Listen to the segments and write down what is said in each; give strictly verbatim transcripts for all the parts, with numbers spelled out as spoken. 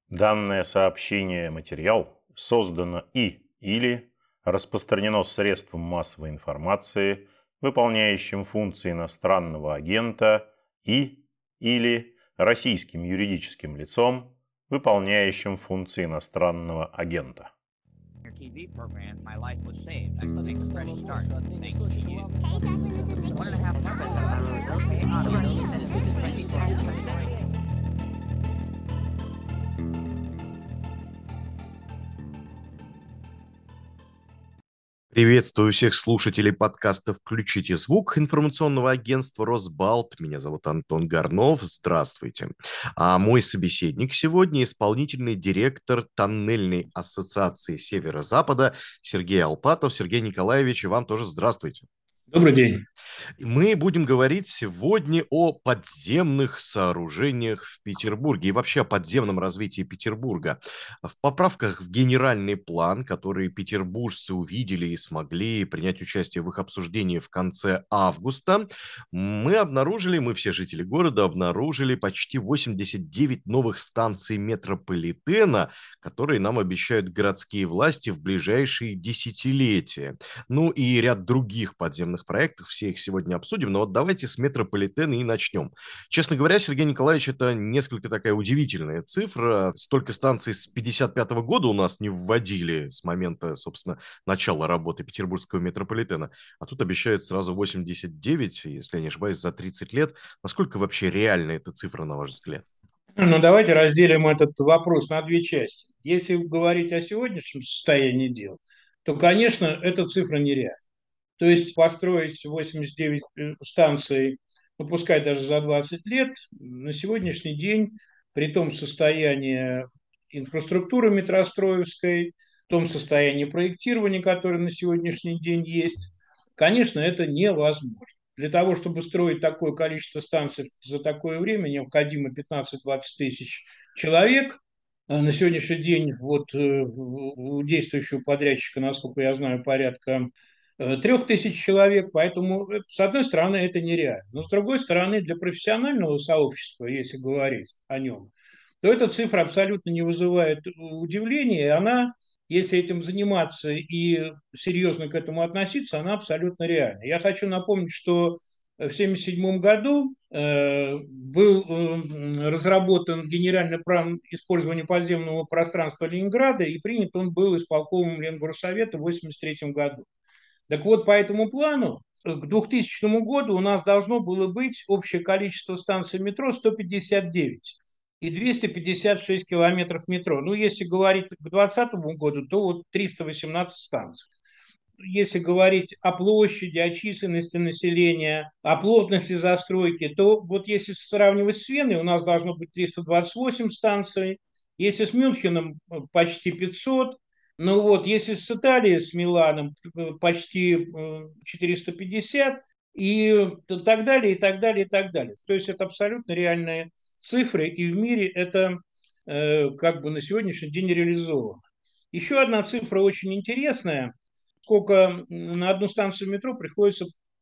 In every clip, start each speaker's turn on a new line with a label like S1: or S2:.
S1: Данное сообщение материал создано и или распространено средством массовой информации, выполняющим функции иностранного агента, и или российским юридическим лицом, выполняющим функции иностранного агента.
S2: Your T V program, my life was saved. I can make a fresh start. Thanks to you. One and a half months ago,
S3: Приветствую всех слушателей подкаста «Включите звук» информационного агентства «Росбалт». Меня зовут Антон Горнов. Здравствуйте. А мой собеседник сегодня исполнительный директор Тоннельной ассоциации Северо-Запада Сергей Алпатов. Сергей Николаевич, и вам тоже здравствуйте.
S4: Добрый день.
S3: Мы будем говорить сегодня о подземных сооружениях в Петербурге и вообще о подземном развитии Петербурга. В поправках в генеральный план, которые петербуржцы увидели и смогли принять участие в их обсуждении в конце августа, мы обнаружили, мы все жители города обнаружили почти восемьдесят девять новых станций метрополитена, которые нам обещают городские власти в ближайшие десятилетия. Ну и ряд других подземных проектов, все их сегодня обсудим, но вот давайте с метрополитена и начнем. Честно говоря, Сергей Николаевич, это несколько такая удивительная цифра. Столько станций с пятьдесят пятого года у нас не вводили с момента, собственно, начала работы петербургского метрополитена, а тут обещают сразу восемьдесят девять, если я не ошибаюсь, за тридцать лет. Насколько вообще реальна эта цифра, на ваш взгляд?
S4: Ну, давайте разделим этот вопрос на две части. Если говорить о сегодняшнем состоянии дел, то, конечно, эта цифра нереальна. То есть построить восемьдесят девять станций, ну, пускай даже за двадцать лет, на сегодняшний день, при том состоянии инфраструктуры метростроевской, в том состоянии проектирования, которое на сегодняшний день есть, конечно, это невозможно. Для того, чтобы строить такое количество станций за такое время, необходимо пятнадцать-двадцать тысяч человек. На сегодняшний день вот у действующего подрядчика, насколько я знаю, порядка трех тысяч человек, поэтому, с одной стороны, это нереально. Но, с другой стороны, для профессионального сообщества, если говорить о нем, то эта цифра абсолютно не вызывает удивления, и она, если этим заниматься и серьезно к этому относиться, она абсолютно реальна. Я хочу напомнить, что в тысяча девятьсот семьдесят седьмом году э, был э, разработан генеральный план использования подземного пространства Ленинграда, и принят он был исполкомом Ленгорсовета в восемьдесят третьем году. Так вот, по этому плану к двухтысячному году у нас должно было быть общее количество станций метро сто пятьдесят девять и двести пятьдесят шесть километров метро. Ну, если говорить к двадцатому году, то вот триста восемнадцать станций. Если говорить о площади, о численности населения, о плотности застройки, то вот если сравнивать с Веной, у нас должно быть триста двадцать восемь станций, если с Мюнхеном почти пятьсот, ну вот, если с Италией, с Миланом почти четыреста пятьдесят, и так далее, и так далее, и так далее. То есть это абсолютно реальные цифры, и в мире это э, как бы на сегодняшний день реализовано. Еще одна цифра очень интересная. Сколько на одну станцию метро приходится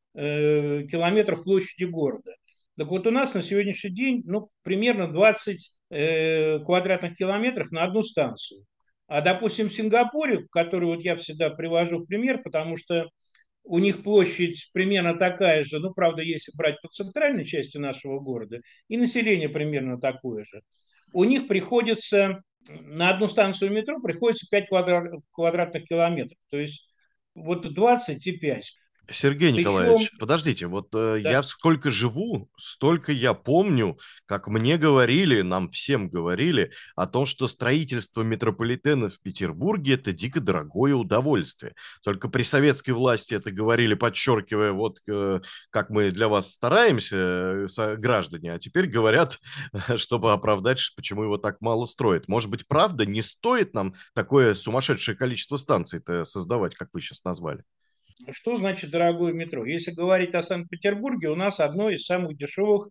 S4: э, километров площади города. Так вот у нас на сегодняшний день ну, примерно двадцать э, квадратных километров на одну станцию. А, допустим, в Сингапуре, который вот я всегда привожу в пример, потому что у них площадь примерно такая же, ну, правда, если брать по центральной части нашего города, и население примерно такое же. У них приходится, на одну станцию метро приходится пять квадрат, квадратных километров, то есть вот двадцать и пять.
S3: Сергей
S4: Причем,
S3: Николаевич, подождите, вот э,
S4: да,
S3: я сколько живу, столько я помню, как мне говорили, нам всем говорили о том, что строительство метрополитена в Петербурге – это дико дорогое удовольствие. Только при советской власти это говорили, подчеркивая, вот э, как мы для вас стараемся, э, граждане, а теперь говорят, чтобы оправдать, почему его так мало строят. Может быть, правда, не стоит нам такое сумасшедшее количество станций-то создавать, как вы сейчас назвали?
S4: что значит дорогое метро? Если говорить о Санкт-Петербурге, у нас одно из самых дешевых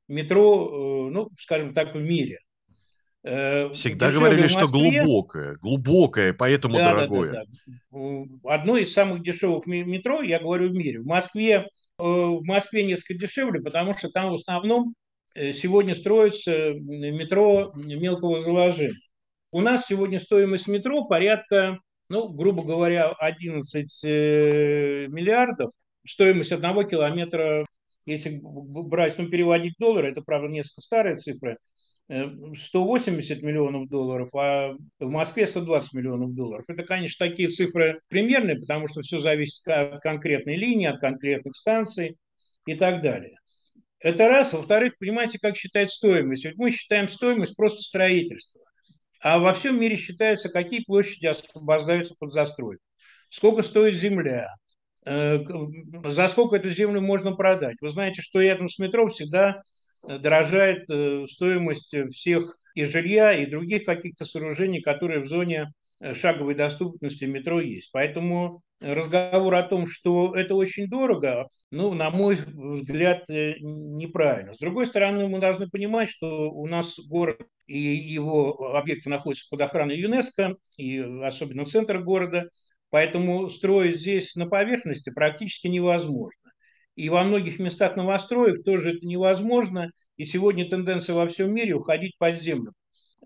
S4: метро, ну, скажем так, в мире.
S3: Всегда
S4: Дешевле
S3: говорили,
S4: в
S3: что
S4: Москве,
S3: глубокое, глубокое, поэтому
S4: да, да, да,
S3: дорогое.
S4: да. Одно из самых дешевых метро, я говорю, в мире. В Москве, в Москве несколько дешевле, потому что там в основном сегодня строится метро мелкого заложения. У нас сегодня стоимость метро порядка, ну, грубо говоря, одиннадцать э, миллиардов. Стоимость одного километра, если брать, ну, переводить в доллары, это, правда, несколько старые цифры, э, сто восемьдесят миллионов долларов, а в Москве сто двадцать миллионов долларов. Это, конечно, такие цифры примерные, потому что все зависит от конкретной линии, от конкретных станций и так далее. Это раз. Во-вторых, понимаете, как считать стоимость? Ведь мы считаем стоимость просто строительства. А во всем мире считается, какие площади освобождаются под застройку, сколько стоит земля, э, за сколько эту землю можно продать. Вы знаете, что рядом с метро всегда дорожает э, стоимость всех и жилья, и других каких-то сооружений, которые в зоне шаговой доступности метро есть. Поэтому разговор о том, что это очень дорого, ну, на мой взгляд, э, неправильно. С другой стороны, мы должны понимать, что у нас город и его объекты находятся под охраной ЮНЕСКО, и особенно центр города, поэтому строить здесь на поверхности практически невозможно. И во многих местах новостроек тоже это невозможно, и сегодня тенденция во всем мире уходить под землю.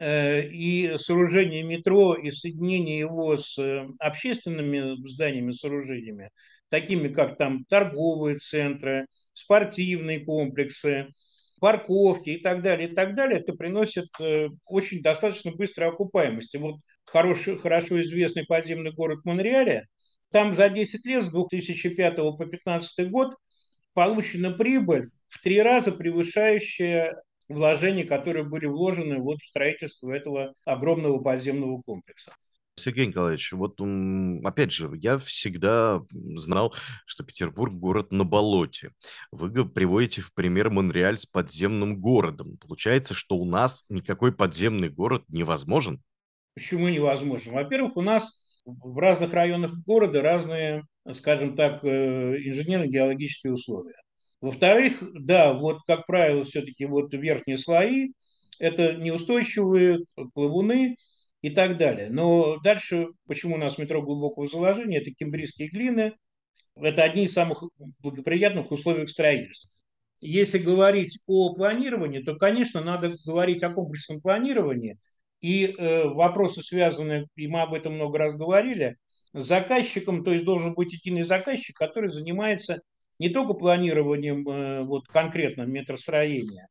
S4: И сооружение метро, и соединение его с общественными зданиями, сооружениями, такими как там торговые центры, спортивные комплексы, парковки и так далее, и так далее, это приносит очень достаточно быстрой окупаемости. Вот хороший, хорошо известный подземный город Монреаля, там за десять лет с две тысячи пятого по две тысячи пятнадцатый год получена прибыль в три раза превышающая вложения, которые были вложены вот в строительство этого огромного подземного комплекса.
S3: Сергей Николаевич, вот опять же, я всегда знал, что Петербург – город на болоте. Вы приводите в пример Монреаль с подземным городом. Получается, что у нас никакой подземный город невозможен?
S4: Почему невозможен? Во-первых, у нас в разных районах города разные, скажем так, инженерно-геологические условия. Во-вторых, да, вот, как правило, все-таки вот верхние слои – это неустойчивые плавуны и так далее. Но дальше, почему у нас метро глубокого заложения, это кембрийские глины, это одни из самых благоприятных условий строительства. Если говорить о планировании, то, конечно, надо говорить о комплексном планировании. И э, вопросы, связанные, и мы об этом много раз говорили, с заказчиком, то есть должен быть единый заказчик, который занимается не только планированием э, вот, конкретно метростроения,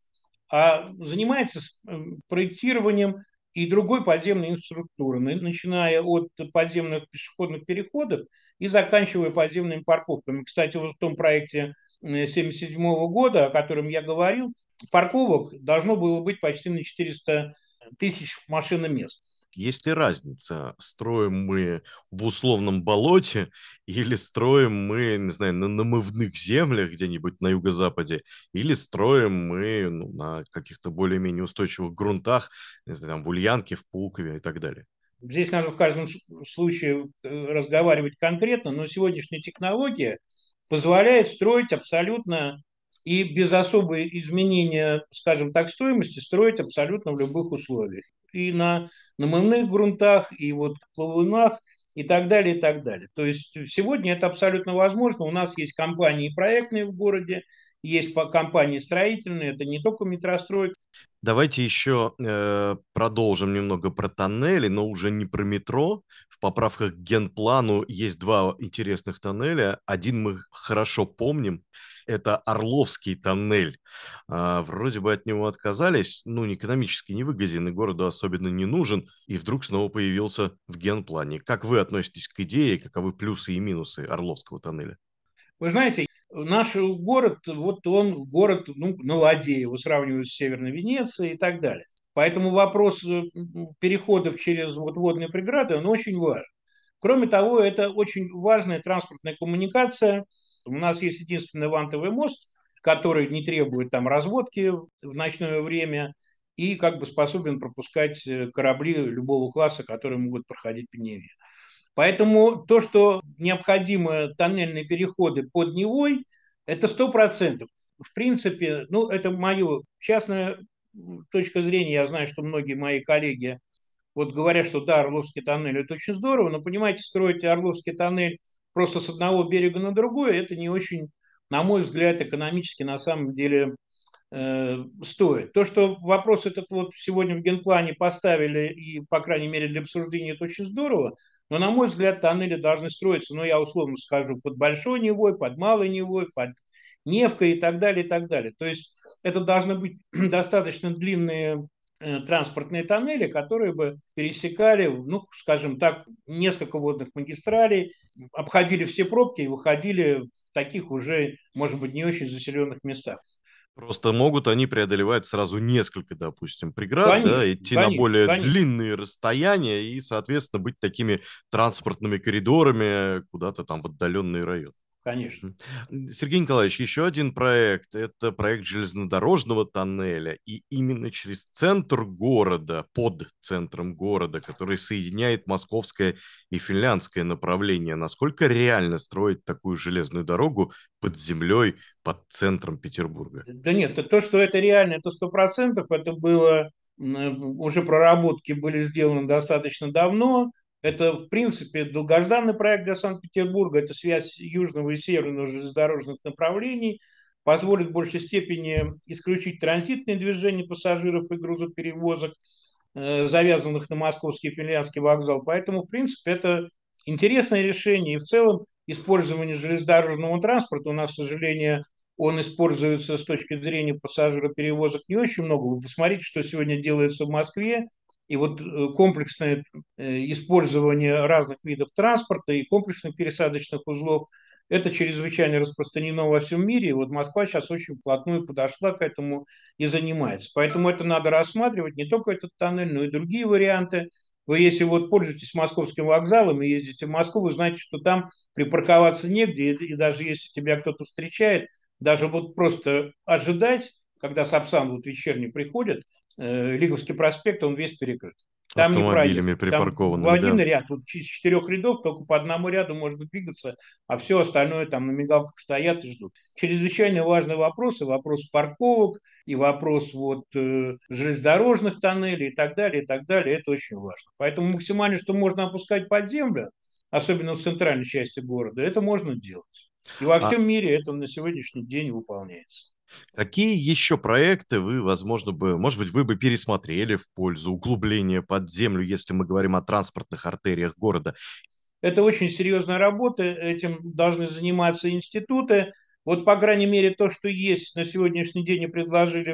S4: а занимается проектированием и другой подземной инфраструктуры, начиная от подземных пешеходных переходов и заканчивая подземными парковками. Кстати, вот в том проекте семьдесят седьмого года, о котором я говорил, парковок должно было быть почти на четыреста тысяч машиномест.
S3: Есть ли разница, строим мы в условном болоте или строим мы, не знаю, на намывных землях где-нибудь на юго-западе, или строим мы ну, на каких-то более-менее устойчивых грунтах, не знаю, там, в Ульянке, в Пулкове и так далее?
S4: Здесь надо в каждом случае разговаривать конкретно, но сегодняшняя технология позволяет строить абсолютно и без особой изменения, скажем так, стоимости, строить абсолютно в любых условиях. И на намывных грунтах, и вот плавунах, и так далее, и так далее. То есть сегодня это абсолютно возможно. У нас есть компании проектные в городе, есть компании строительные, это не только метростройка.
S3: Давайте еще э, продолжим немного про тоннели, но уже не про метро. В поправках к генплану есть два интересных тоннеля. Один мы хорошо помним. Это Орловский тоннель. А, вроде бы от него отказались, ну, экономически невыгоден и городу особенно не нужен, и вдруг снова появился в генплане. Как вы относитесь к идее, каковы плюсы и минусы Орловского тоннеля?
S4: Вы знаете, наш город, вот он город ну, на воде, его сравнивают с Северной Венецией и так далее. Поэтому вопрос переходов через вот водные преграды, он очень важен. Кроме того, это очень важная транспортная коммуникация. У нас есть единственный вантовый мост, который не требует там разводки в ночное время и как бы способен пропускать корабли любого класса, которые могут проходить по Неве. Поэтому то, что необходимы тоннельные переходы под Невой, это сто процентов. В принципе, ну, это моя частная точка зрения. Я знаю, что многие мои коллеги вот говорят, что да, Орловский тоннель – это очень здорово, но, понимаете, строить Орловский тоннель просто с одного берега на другой – это не очень, на мой взгляд, экономически на самом деле э, стоит. То, что вопрос этот вот сегодня в генплане поставили, и, по крайней мере, для обсуждения это очень здорово, но, на мой взгляд, тоннели должны строиться, ну, я условно скажу, под Большой Невой, под Малой Невой, под Невкой и так далее, и так далее. То есть это должны быть достаточно длинные э, транспортные тоннели, которые бы пересекали, ну, скажем так, несколько водных магистралей, обходили все пробки и выходили в таких уже, может быть, не очень заселенных местах.
S3: Просто могут они преодолевать сразу несколько, допустим, преград, да,
S4: Конечно,
S3: идти на
S4: конечно,
S3: более
S4: конечно,
S3: длинные расстояния и, соответственно, быть такими транспортными коридорами куда-то там в отдаленные районы.
S4: конечно.
S3: Мгм. Сергей Николаевич, еще один проект– это проект железнодорожного тоннеля, и именно через центр города, под центром города, который соединяет московское и финляндское направление. Насколько реально строить такую железную дорогу под землей, под центром Петербурга?
S4: Да нет, то, что это реально, это сто процентов, это было, уже проработки были сделаны достаточно давно. Это, в принципе, долгожданный проект для Санкт-Петербурга. Это связь южного и северного железнодорожных направлений. Позволит в большей степени исключить транзитные движения пассажиров и грузоперевозок, э, завязанных на московский и финляндский вокзал. Поэтому, в принципе, это интересное решение. И в целом использование железнодорожного транспорта у нас, к сожалению, он используется с точки зрения пассажироперевозок не очень много. Вы посмотрите, что сегодня делается в Москве. И вот комплексное использование разных видов транспорта и комплексных пересадочных узлов, это чрезвычайно распространено во всем мире. И вот Москва сейчас очень вплотную подошла к этому и занимается. Поэтому это надо рассматривать, не только этот тоннель, но и другие варианты. Вы, если вот пользуетесь московским вокзалом и ездите в Москву, вы знаете, что там припарковаться негде, и даже если тебя кто-то встречает, даже вот просто ожидать, когда Сапсан вот вечерний приходит, э, Лиговский проспект, он весь перекрыт. Там не
S3: Автомобилями
S4: проехать. Там в
S3: припаркованными,
S4: один
S3: да.
S4: ряд, вот из четырех рядов только по одному ряду можно двигаться, а все остальное там на мигалках стоят и ждут. Чрезвычайно важные вопросы, вопрос парковок и вопрос вот э, железнодорожных тоннелей и так далее, и так далее, это очень важно. Поэтому максимально, что можно опускать под землю, особенно в центральной части города, это можно делать. И во
S3: А
S4: всем мире это на сегодняшний день выполняется.
S3: какие еще проекты вы, возможно, бы, может быть, вы бы пересмотрели в пользу углубления под землю, если мы говорим о транспортных артериях города?
S4: Это очень серьезная работа, этим должны заниматься институты. Вот, по крайней мере, то, что есть на сегодняшний день и предложили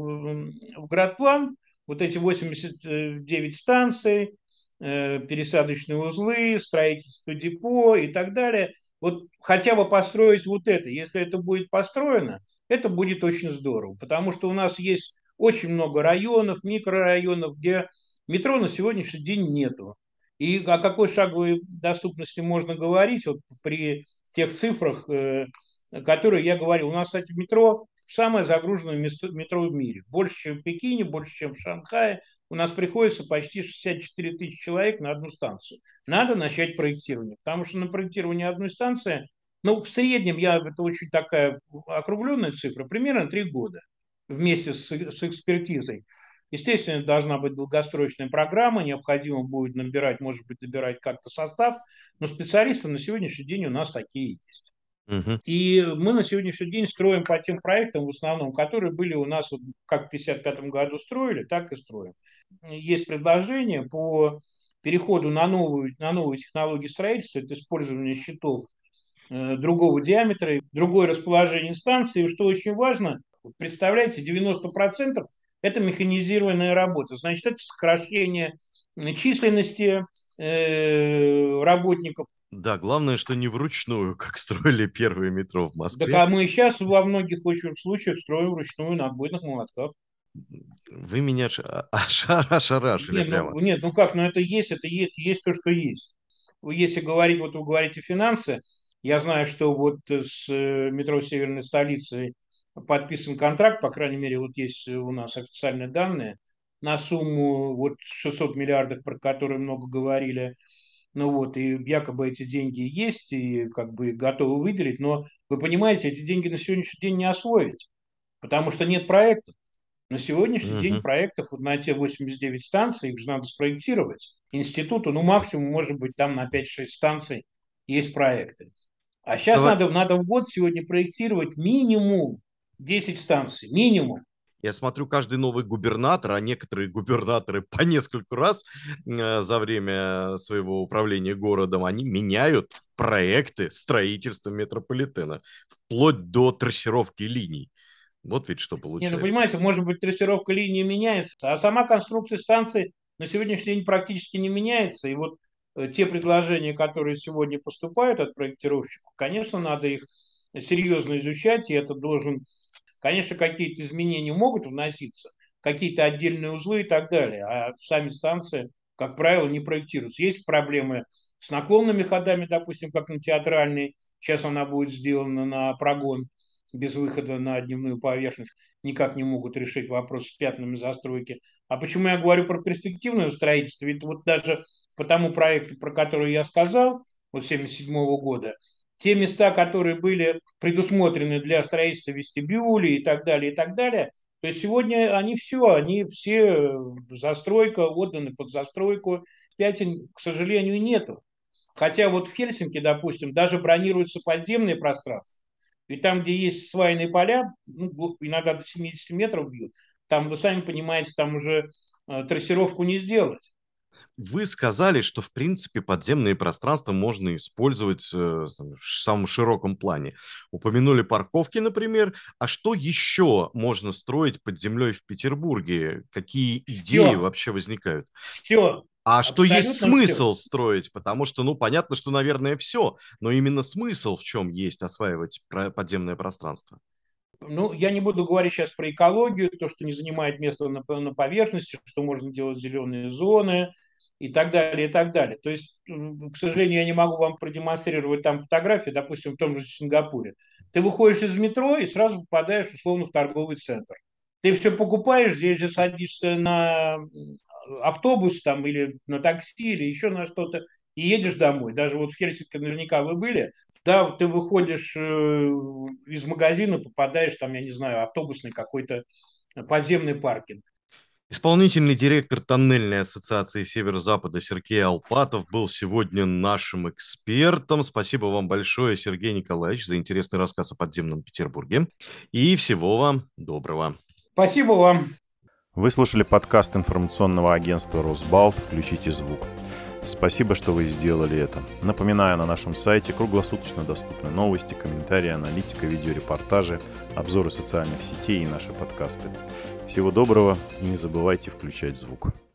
S4: в, в градплан, вот эти восемьдесят девять станций, э, пересадочные узлы, строительство депо и так далее. Вот хотя бы построить вот это. Если это будет построено, это будет очень здорово, потому что у нас есть очень много районов, микрорайонов, где метро на сегодняшний день нету. И о какой шаговой доступности можно говорить вот при тех цифрах, э, которые я говорил. У нас, кстати, метро самое загруженное метро в мире. Больше, чем в Пекине, больше, чем в Шанхае. У нас приходится почти шестьдесят четыре тысячи человек на одну станцию. Надо начать проектирование, потому что на проектирование одной станции, ну, в среднем, я, это очень такая округленная цифра, примерно три года вместе с, с экспертизой. Естественно, должна быть долгосрочная программа, необходимо будет набирать, может быть, набирать как-то состав, но специалисты на сегодняшний день у нас такие есть.
S3: Мгм.
S4: И мы на сегодняшний день строим по тем проектам, в основном, которые были у нас, вот, как в пятьдесят пятом году строили, так и строим. Есть предложение по переходу на новую, на новую технологию строительства, это использование щитов э, другого диаметра, другое расположение станции. И что очень важно, представляете, девяносто процентов это механизированная работа. Значит, это сокращение численности э, работников.
S3: Да, главное, что не вручную, как строили первые метро в
S4: Так
S3: Москве.
S4: а мы сейчас во многих очень случаях строим вручную на отбойных молотках.
S3: Вы меня ш- а- ошар- ошарашили
S4: Нет,
S3: прямо.
S4: ну, нет, ну как, ну это есть, это есть, есть то, что есть. Если говорить, вот вы говорите финансы, я знаю, что вот с э, метро Северной столицы подписан контракт, по крайней мере, вот есть у нас официальные данные, на сумму вот шестьсот миллиардов, про которые много говорили. Ну вот, и якобы эти деньги есть, и как бы готовы выделить, но вы понимаете, эти деньги на сегодняшний день не освоить, потому что нет проекта. На сегодняшний день
S3: Мгм.
S4: проектов вот на те восемьдесят девять станций, их же надо спроектировать. Институту, ну, максимум, может быть, там на пять-шесть станций есть проекты. А сейчас
S3: Давай-
S4: надо, надо в год сегодня проектировать минимум десять станций минимум.
S3: Я смотрю, каждый новый губернатор, а некоторые губернаторы по нескольку раз э, за время своего управления городом, они меняют проекты строительства метрополитена, вплоть до трассировки линий. Вот ведь что
S4: Не, ну
S3: получается.
S4: понимаете, может быть, трассировка линии меняется, а сама конструкция станции на сегодняшний день практически не меняется. И вот э, те предложения, которые сегодня поступают от проектировщиков, конечно, надо их серьезно изучать, и это должен, конечно, какие-то изменения могут вноситься, какие-то отдельные узлы и так далее, а сами станции, как правило, не проектируются. Есть проблемы с наклонными ходами, допустим, как на Театральной, сейчас она будет сделана на прогон, без выхода на дневную поверхность, никак не могут решить вопрос с пятнами застройки. А почему я говорю про перспективное строительство? Ведь вот даже по тому проекту, про который я сказал, вот семьдесят седьмого года, те места, которые были предусмотрены для строительства вестибюлей и так далее, и так далее, то есть сегодня они все, они все застройка, отданы под застройку, пятен, к сожалению, нету. Хотя вот в Хельсинки, допустим, даже бронируются подземные пространства. И там, где есть свайные поля, ну, иногда до семидесяти метров бьют, там, вы сами понимаете, там уже э, трассировку не сделать.
S3: Вы сказали, что, в принципе, подземные пространства можно использовать э, в самом широком плане. Упомянули парковки, например. А что еще можно строить под землей в Петербурге? Какие идеи
S4: Все,
S3: вообще возникают?
S4: все,
S3: А что есть
S4: абсолютно все.
S3: смысл строить? Потому что, ну, понятно, что, наверное, все. Но именно смысл в чем есть осваивать про- подземное пространство?
S4: Ну, я не буду говорить сейчас про экологию, то, что не занимает место на, на поверхности, что можно делать зеленые зоны и так далее, и так далее. То есть, к сожалению, я не могу вам продемонстрировать там фотографии, допустим, в том же Сингапуре. Ты выходишь из метро и сразу попадаешь, условно, в торговый центр. Ты все покупаешь, здесь же садишься на автобус там или на такси, или еще на что-то, и едешь домой. Даже вот в Хельсинки наверняка вы были, да, ты выходишь э, из магазина, попадаешь там, я не знаю, автобусный какой-то подземный паркинг.
S3: Исполнительный директор Тоннельной ассоциации Северо-Запада Сергей Алпатов был сегодня нашим экспертом. Спасибо вам большое, Сергей Николаевич, за интересный рассказ о подземном Петербурге. И всего вам доброго.
S4: Спасибо вам.
S1: Вы слушали подкаст информационного агентства «Росбалт. Включите звук». Спасибо, что вы сделали это. Напоминаю, на нашем сайте круглосуточно доступны новости, комментарии, аналитика, видеорепортажи, обзоры социальных сетей и наши подкасты. Всего доброго и не забывайте включать звук.